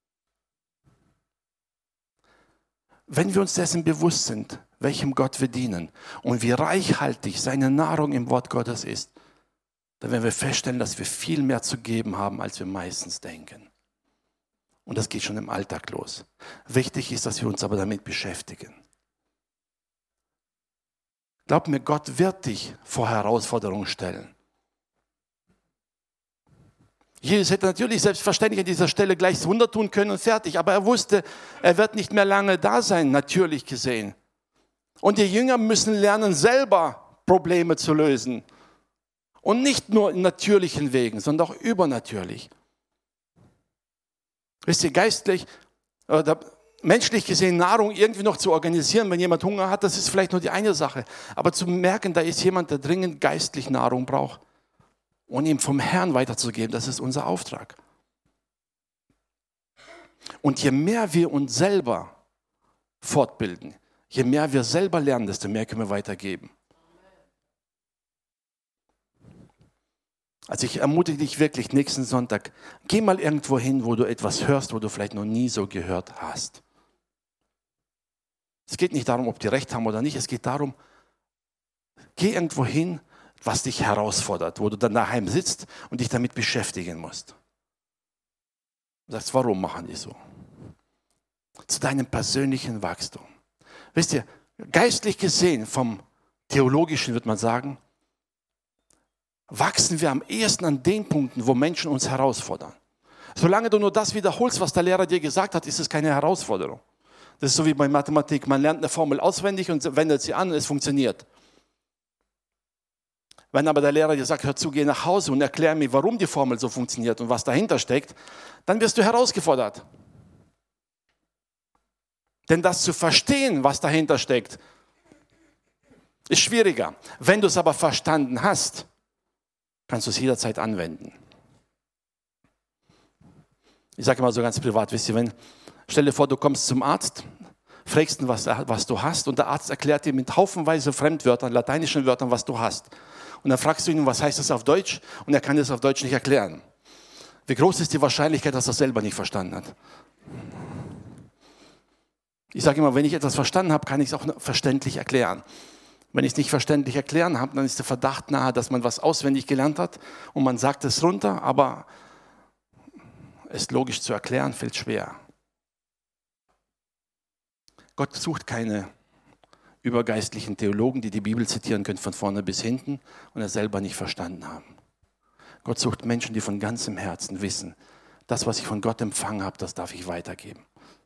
Wenn wir uns dessen bewusst sind, welchem Gott wir dienen und wie reichhaltig seine Nahrung im Wort Gottes ist, dann werden wir feststellen, dass wir viel mehr zu geben haben, als wir meistens denken. Und das geht schon im Alltag los. Wichtig ist, dass wir uns aber damit beschäftigen. Glaub mir, Gott wird dich vor Herausforderungen stellen. Jesus hätte natürlich selbstverständlich an dieser Stelle gleich das Wunder tun können und fertig, aber er wusste, er wird nicht mehr lange da sein, natürlich gesehen. Und die Jünger müssen lernen, selber Probleme zu lösen. Und nicht nur in natürlichen Wegen, sondern auch übernatürlich. Wisst ihr, geistlich oder menschlich gesehen Nahrung irgendwie noch zu organisieren, wenn jemand Hunger hat, das ist vielleicht nur die eine Sache. Aber zu merken, da ist jemand, der dringend geistlich Nahrung braucht und ihm vom Herrn weiterzugeben, das ist unser Auftrag. Und je mehr wir uns selber fortbilden, je mehr wir selber lernen, desto mehr können wir weitergeben. Also ich ermutige dich wirklich nächsten Sonntag, geh mal irgendwo hin, wo du etwas hörst, wo du vielleicht noch nie so gehört hast. Es geht nicht darum, ob die Recht haben oder nicht, es geht darum, geh irgendwo hin, was dich herausfordert, wo du dann daheim sitzt und dich damit beschäftigen musst. Du sagst, warum machen die so? Zu deinem persönlichen Wachstum. Wisst ihr, geistlich gesehen, vom Theologischen würde man sagen, wachsen wir am ehesten an den Punkten, wo Menschen uns herausfordern. Solange du nur das wiederholst, was der Lehrer dir gesagt hat, ist es keine Herausforderung. Das ist so wie bei Mathematik. Man lernt eine Formel auswendig und wendet sie an und es funktioniert. Wenn aber der Lehrer dir sagt, hör zu, geh nach Hause und erklär mir, warum die Formel so funktioniert und was dahinter steckt, dann wirst du herausgefordert. Denn das zu verstehen, was dahinter steckt, ist schwieriger. Wenn du es aber verstanden hast, kannst du es jederzeit anwenden. Ich sage immer so ganz privat, wisst ihr, wenn, stell dir vor, du kommst zum Arzt, fragst ihn, was, was du hast und der Arzt erklärt dir mit haufenweise Fremdwörtern, lateinischen Wörtern, was du hast. Und dann fragst du ihn, was heißt das auf Deutsch? Und er kann das auf Deutsch nicht erklären. Wie groß ist die Wahrscheinlichkeit, dass er es selber nicht verstanden hat? Ich sage immer, wenn ich etwas verstanden habe, kann ich es auch verständlich erklären. Wenn ich es nicht verständlich erklären habe, dann ist der Verdacht nahe, dass man was auswendig gelernt hat und man sagt es runter, aber es logisch zu erklären, fällt schwer. Gott sucht keine übergeistlichen Theologen, die die Bibel zitieren können von vorne bis hinten und es selber nicht verstanden haben. Gott sucht Menschen, die von ganzem Herzen wissen, das, was ich von Gott empfangen habe, das darf ich weitergeben.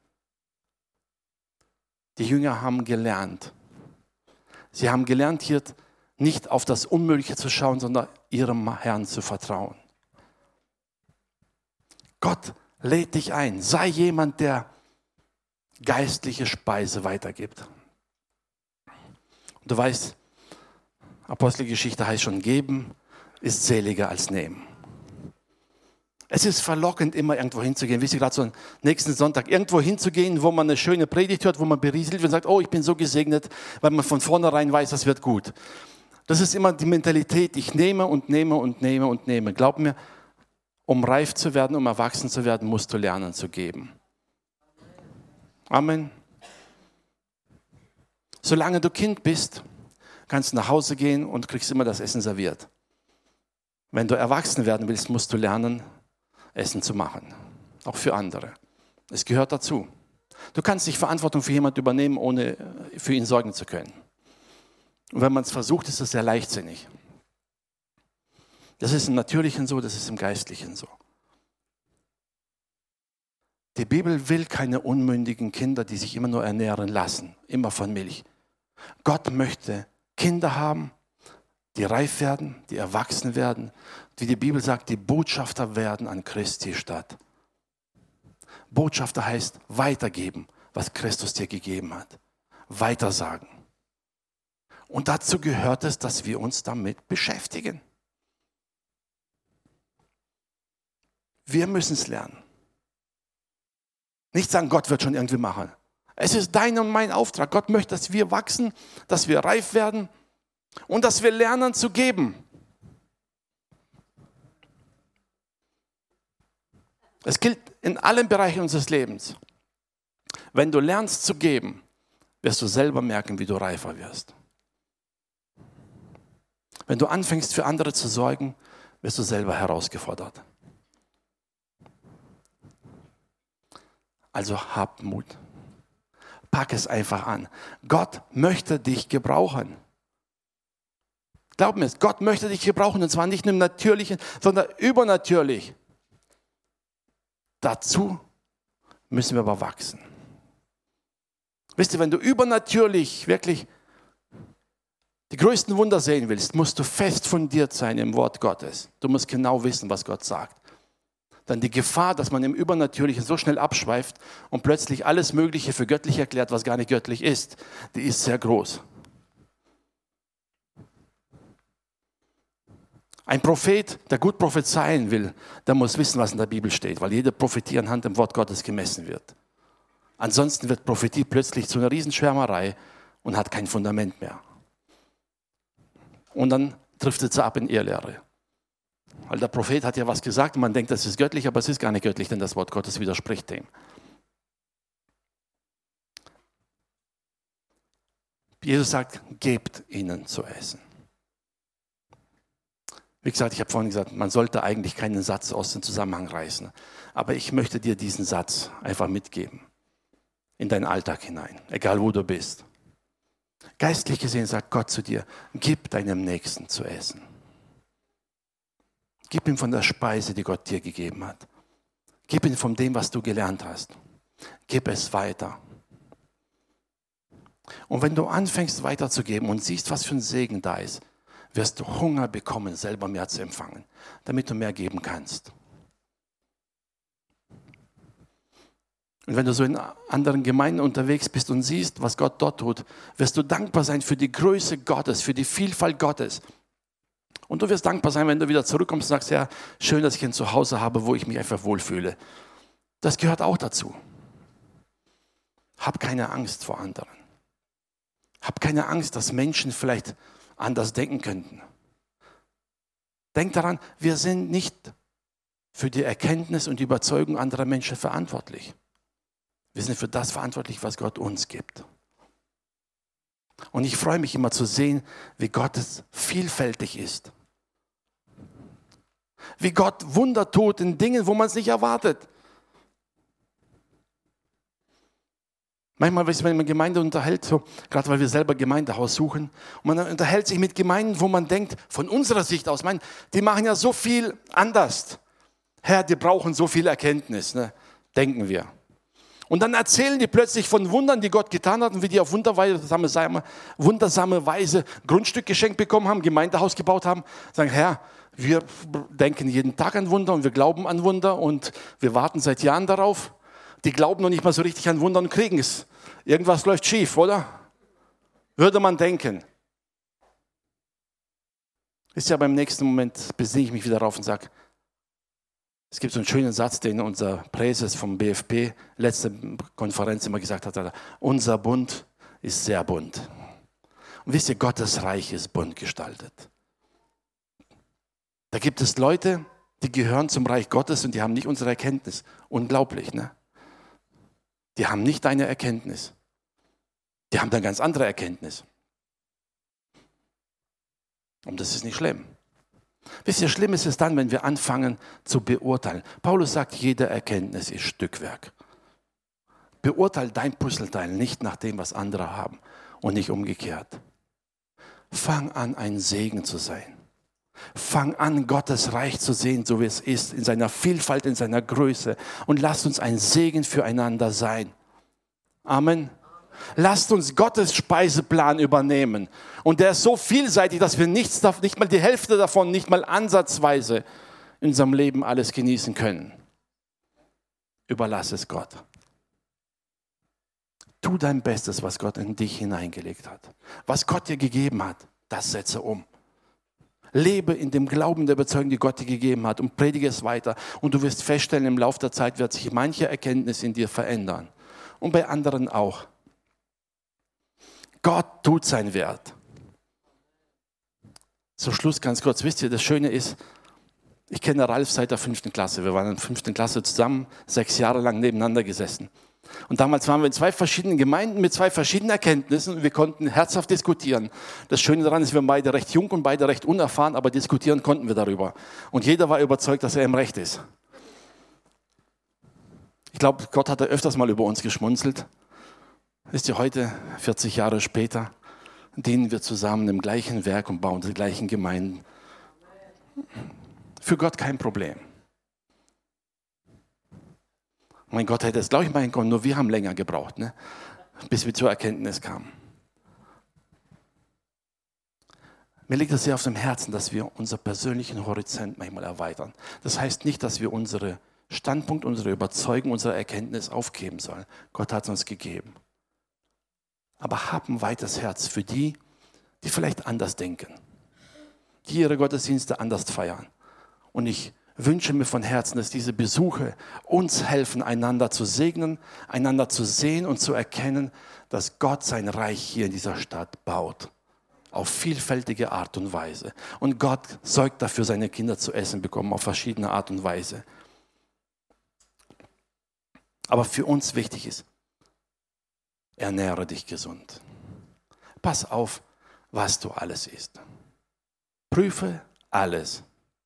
Die Jünger haben gelernt. Sie haben gelernt, hier nicht auf das Unmögliche zu schauen, sondern ihrem Herrn zu vertrauen. Gott lädt dich ein. Sei jemand, der geistliche Speise weitergibt. Und du weißt, Apostelgeschichte heißt schon, geben ist seliger als nehmen. Es ist verlockend, immer irgendwo hinzugehen. Wie sie gerade so nächsten Sonntag irgendwo hinzugehen, wo man eine schöne Predigt hört, wo man berieselt wird und sagt, oh, ich bin so gesegnet, weil man von vornherein weiß, das wird gut. Das ist immer die Mentalität, ich nehme und nehme und nehme und nehme. Glaub mir, um reif zu werden, um erwachsen zu werden, musst du lernen zu geben. Amen. Solange du Kind bist, kannst du nach Hause gehen und kriegst immer das Essen serviert. Wenn du erwachsen werden willst, musst du lernen, Essen zu machen. Auch für andere. Es gehört dazu. Du kannst nicht Verantwortung für jemanden übernehmen, ohne für ihn sorgen zu können. Und wenn man es versucht, ist es sehr leichtsinnig. Das ist im Natürlichen so, das ist im Geistlichen so. Die Bibel will keine unmündigen Kinder, die sich immer nur ernähren lassen, immer von Milch. Gott möchte Kinder haben, die reif werden, die erwachsen werden, wie die Bibel sagt, die Botschafter werden an Christi Stadt. Botschafter heißt weitergeben, was Christus dir gegeben hat. Weitersagen. Und dazu gehört es, dass wir uns damit beschäftigen. Wir müssen es lernen. Nicht sagen, Gott wird schon irgendwie machen. Es ist dein und mein Auftrag. Gott möchte, dass wir wachsen, dass wir reif werden und dass wir lernen zu geben. Es gilt in allen Bereichen unseres Lebens. Wenn du lernst zu geben, wirst du selber merken, wie du reifer wirst. Wenn du anfängst, für andere zu sorgen, wirst du selber herausgefordert. Also hab Mut. Pack es einfach an. Gott möchte dich gebrauchen. Glaub mir, Gott möchte dich gebrauchen, und zwar nicht nur im Natürlichen, sondern übernatürlich. Dazu müssen wir aber wachsen. Wisst ihr, wenn du übernatürlich wirklich die größten Wunder sehen willst, musst du fest fundiert sein im Wort Gottes. Du musst genau wissen, was Gott sagt. Dann die Gefahr, dass man im Übernatürlichen so schnell abschweift und plötzlich alles Mögliche für göttlich erklärt, was gar nicht göttlich ist, die ist sehr groß. Ein Prophet, der gut prophezeien will, der muss wissen, was in der Bibel steht, weil jede Prophetie anhand dem Wort Gottes gemessen wird. Ansonsten wird Prophetie plötzlich zu einer Riesenschwärmerei und hat kein Fundament mehr. Und dann driftet sie ab in Irrlehre. Weil der Prophet hat ja was gesagt und man denkt, das ist göttlich, aber es ist gar nicht göttlich, denn das Wort Gottes widerspricht dem. Jesus sagt, gebt ihnen zu essen. Wie gesagt, ich habe vorhin gesagt, man sollte eigentlich keinen Satz aus dem Zusammenhang reißen. Aber ich möchte dir diesen Satz einfach mitgeben. In deinen Alltag hinein, egal wo du bist. Geistlich gesehen sagt Gott zu dir, gib deinem Nächsten zu essen. Gib ihm von der Speise, die Gott dir gegeben hat. Gib ihm von dem, was du gelernt hast. Gib es weiter. Und wenn du anfängst weiterzugeben und siehst, was für ein Segen da ist, wirst du Hunger bekommen, selber mehr zu empfangen, damit du mehr geben kannst. Und wenn du so in anderen Gemeinden unterwegs bist und siehst, was Gott dort tut, wirst du dankbar sein für die Größe Gottes, für die Vielfalt Gottes. Und du wirst dankbar sein, wenn du wieder zurückkommst und sagst, ja, schön, dass ich ein Zuhause habe, wo ich mich einfach wohlfühle. Das gehört auch dazu. Hab keine Angst vor anderen. Hab keine Angst, dass Menschen vielleicht anders denken könnten. Denk daran, wir sind nicht für die Erkenntnis und die Überzeugung anderer Menschen verantwortlich. Wir sind für das verantwortlich, was Gott uns gibt. Und ich freue mich immer zu sehen, wie Gott es vielfältig ist. Wie Gott Wunder tut in Dingen, wo man es nicht erwartet. Manchmal, wenn man in der Gemeinde unterhält, so, gerade weil wir selber Gemeindehaus suchen, und man unterhält sich mit Gemeinden, wo man denkt, von unserer Sicht aus, mein, die machen ja so viel anders. Herr, die brauchen so viel Erkenntnis, ne? Denken wir. Und dann erzählen die plötzlich von Wundern, die Gott getan hat und wie die auf wundersame, wundersame Weise Grundstück geschenkt bekommen haben, Gemeindehaus gebaut haben. Sagen, Herr, wir denken jeden Tag an Wunder und wir glauben an Wunder und wir warten seit Jahren darauf. Die glauben noch nicht mal so richtig an Wunder und kriegen es. Irgendwas läuft schief, oder? Würde man denken. Ist ja beim nächsten Moment besinne ich mich wieder darauf und sage, es gibt so einen schönen Satz, den unser Präses vom B F P letzte Konferenz immer gesagt hat, unser Bund ist sehr bunt. Und wisst ihr, Gottes Reich ist bunt gestaltet. Da gibt es Leute, die gehören zum Reich Gottes und die haben nicht unsere Erkenntnis. Unglaublich, ne? Die haben nicht deine Erkenntnis. Die haben eine ganz andere Erkenntnis. Und das ist nicht schlimm. Wisst ihr, schlimm ist es dann, wenn wir anfangen zu beurteilen. Paulus sagt, jede Erkenntnis ist Stückwerk. Beurteile dein Puzzleteil nicht nach dem, was andere haben und nicht umgekehrt. Fang an, ein Segen zu sein. Fang an, Gottes Reich zu sehen, so wie es ist, in seiner Vielfalt, in seiner Größe. Und lasst uns ein Segen füreinander sein. Amen. Lasst uns Gottes Speiseplan übernehmen. Und der ist so vielseitig, dass wir nichts, nicht mal die Hälfte davon, nicht mal ansatzweise in unserem Leben alles genießen können. Überlass es Gott. Tu dein Bestes, was Gott in dich hineingelegt hat. Was Gott dir gegeben hat, das setze um. Lebe in dem Glauben der Überzeugung, die Gott dir gegeben hat und predige es weiter. Und du wirst feststellen, im Laufe der Zeit wird sich manche Erkenntnis in dir verändern. Und bei anderen auch. Gott tut sein Wert. Zum Schluss ganz kurz, wisst ihr, das Schöne ist, ich kenne Ralf seit der fünften Klasse. Wir waren in der fünften Klasse zusammen, sechs Jahre lang nebeneinander gesessen. Und damals waren wir in zwei verschiedenen Gemeinden mit zwei verschiedenen Erkenntnissen und wir konnten herzhaft diskutieren. Das Schöne daran ist, wir waren beide recht jung und beide recht unerfahren, aber diskutieren konnten wir darüber. Und jeder war überzeugt, dass er im Recht ist. Ich glaube, Gott hat da öfters mal über uns geschmunzelt. Wisst ihr, heute, vierzig Jahre später, dienen wir zusammen im gleichen Werk und bauen die gleichen Gemeinden. Für Gott kein Problem. Mein Gott hätte es, glaube ich, meinen können, nur wir haben länger gebraucht, ne? Bis wir zur Erkenntnis kamen. Mir liegt es sehr auf dem Herzen, dass wir unseren persönlichen Horizont manchmal erweitern. Das heißt nicht, dass wir unseren Standpunkt, unsere Überzeugung, unsere Erkenntnis aufgeben sollen. Gott hat es uns gegeben. Aber hab ein weites Herz für die, die vielleicht anders denken, die ihre Gottesdienste anders feiern. Und ich wünsche mir von Herzen, dass diese Besuche uns helfen, einander zu segnen, einander zu sehen und zu erkennen, dass Gott sein Reich hier in dieser Stadt baut. Auf vielfältige Art und Weise. Und Gott sorgt dafür, seine Kinder zu essen bekommen, auf verschiedene Art und Weise. Aber für uns wichtig ist, ernähre dich gesund. Pass auf, was du alles isst. Prüfe alles.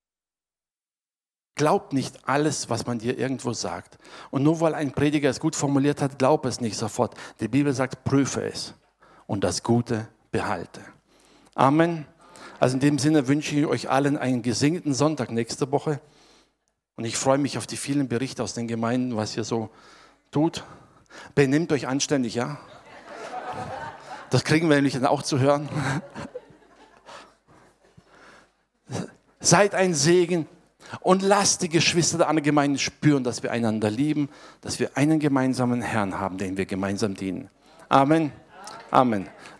Glaub nicht alles, was man dir irgendwo sagt. Und nur weil ein Prediger es gut formuliert hat, glaub es nicht sofort. Die Bibel sagt, prüfe es und das Gute behalte. Amen. Also in dem Sinne wünsche ich euch allen einen gesegneten Sonntag nächste Woche. Und ich freue mich auf die vielen Berichte aus den Gemeinden, was ihr so tut. Benehmt euch anständig, ja? Das kriegen wir nämlich dann auch zu hören. Seid ein Segen. Und lasst die Geschwister der anderen Gemeinden spüren, dass wir einander lieben, dass wir einen gemeinsamen Herrn haben, den wir gemeinsam dienen. Amen. Amen.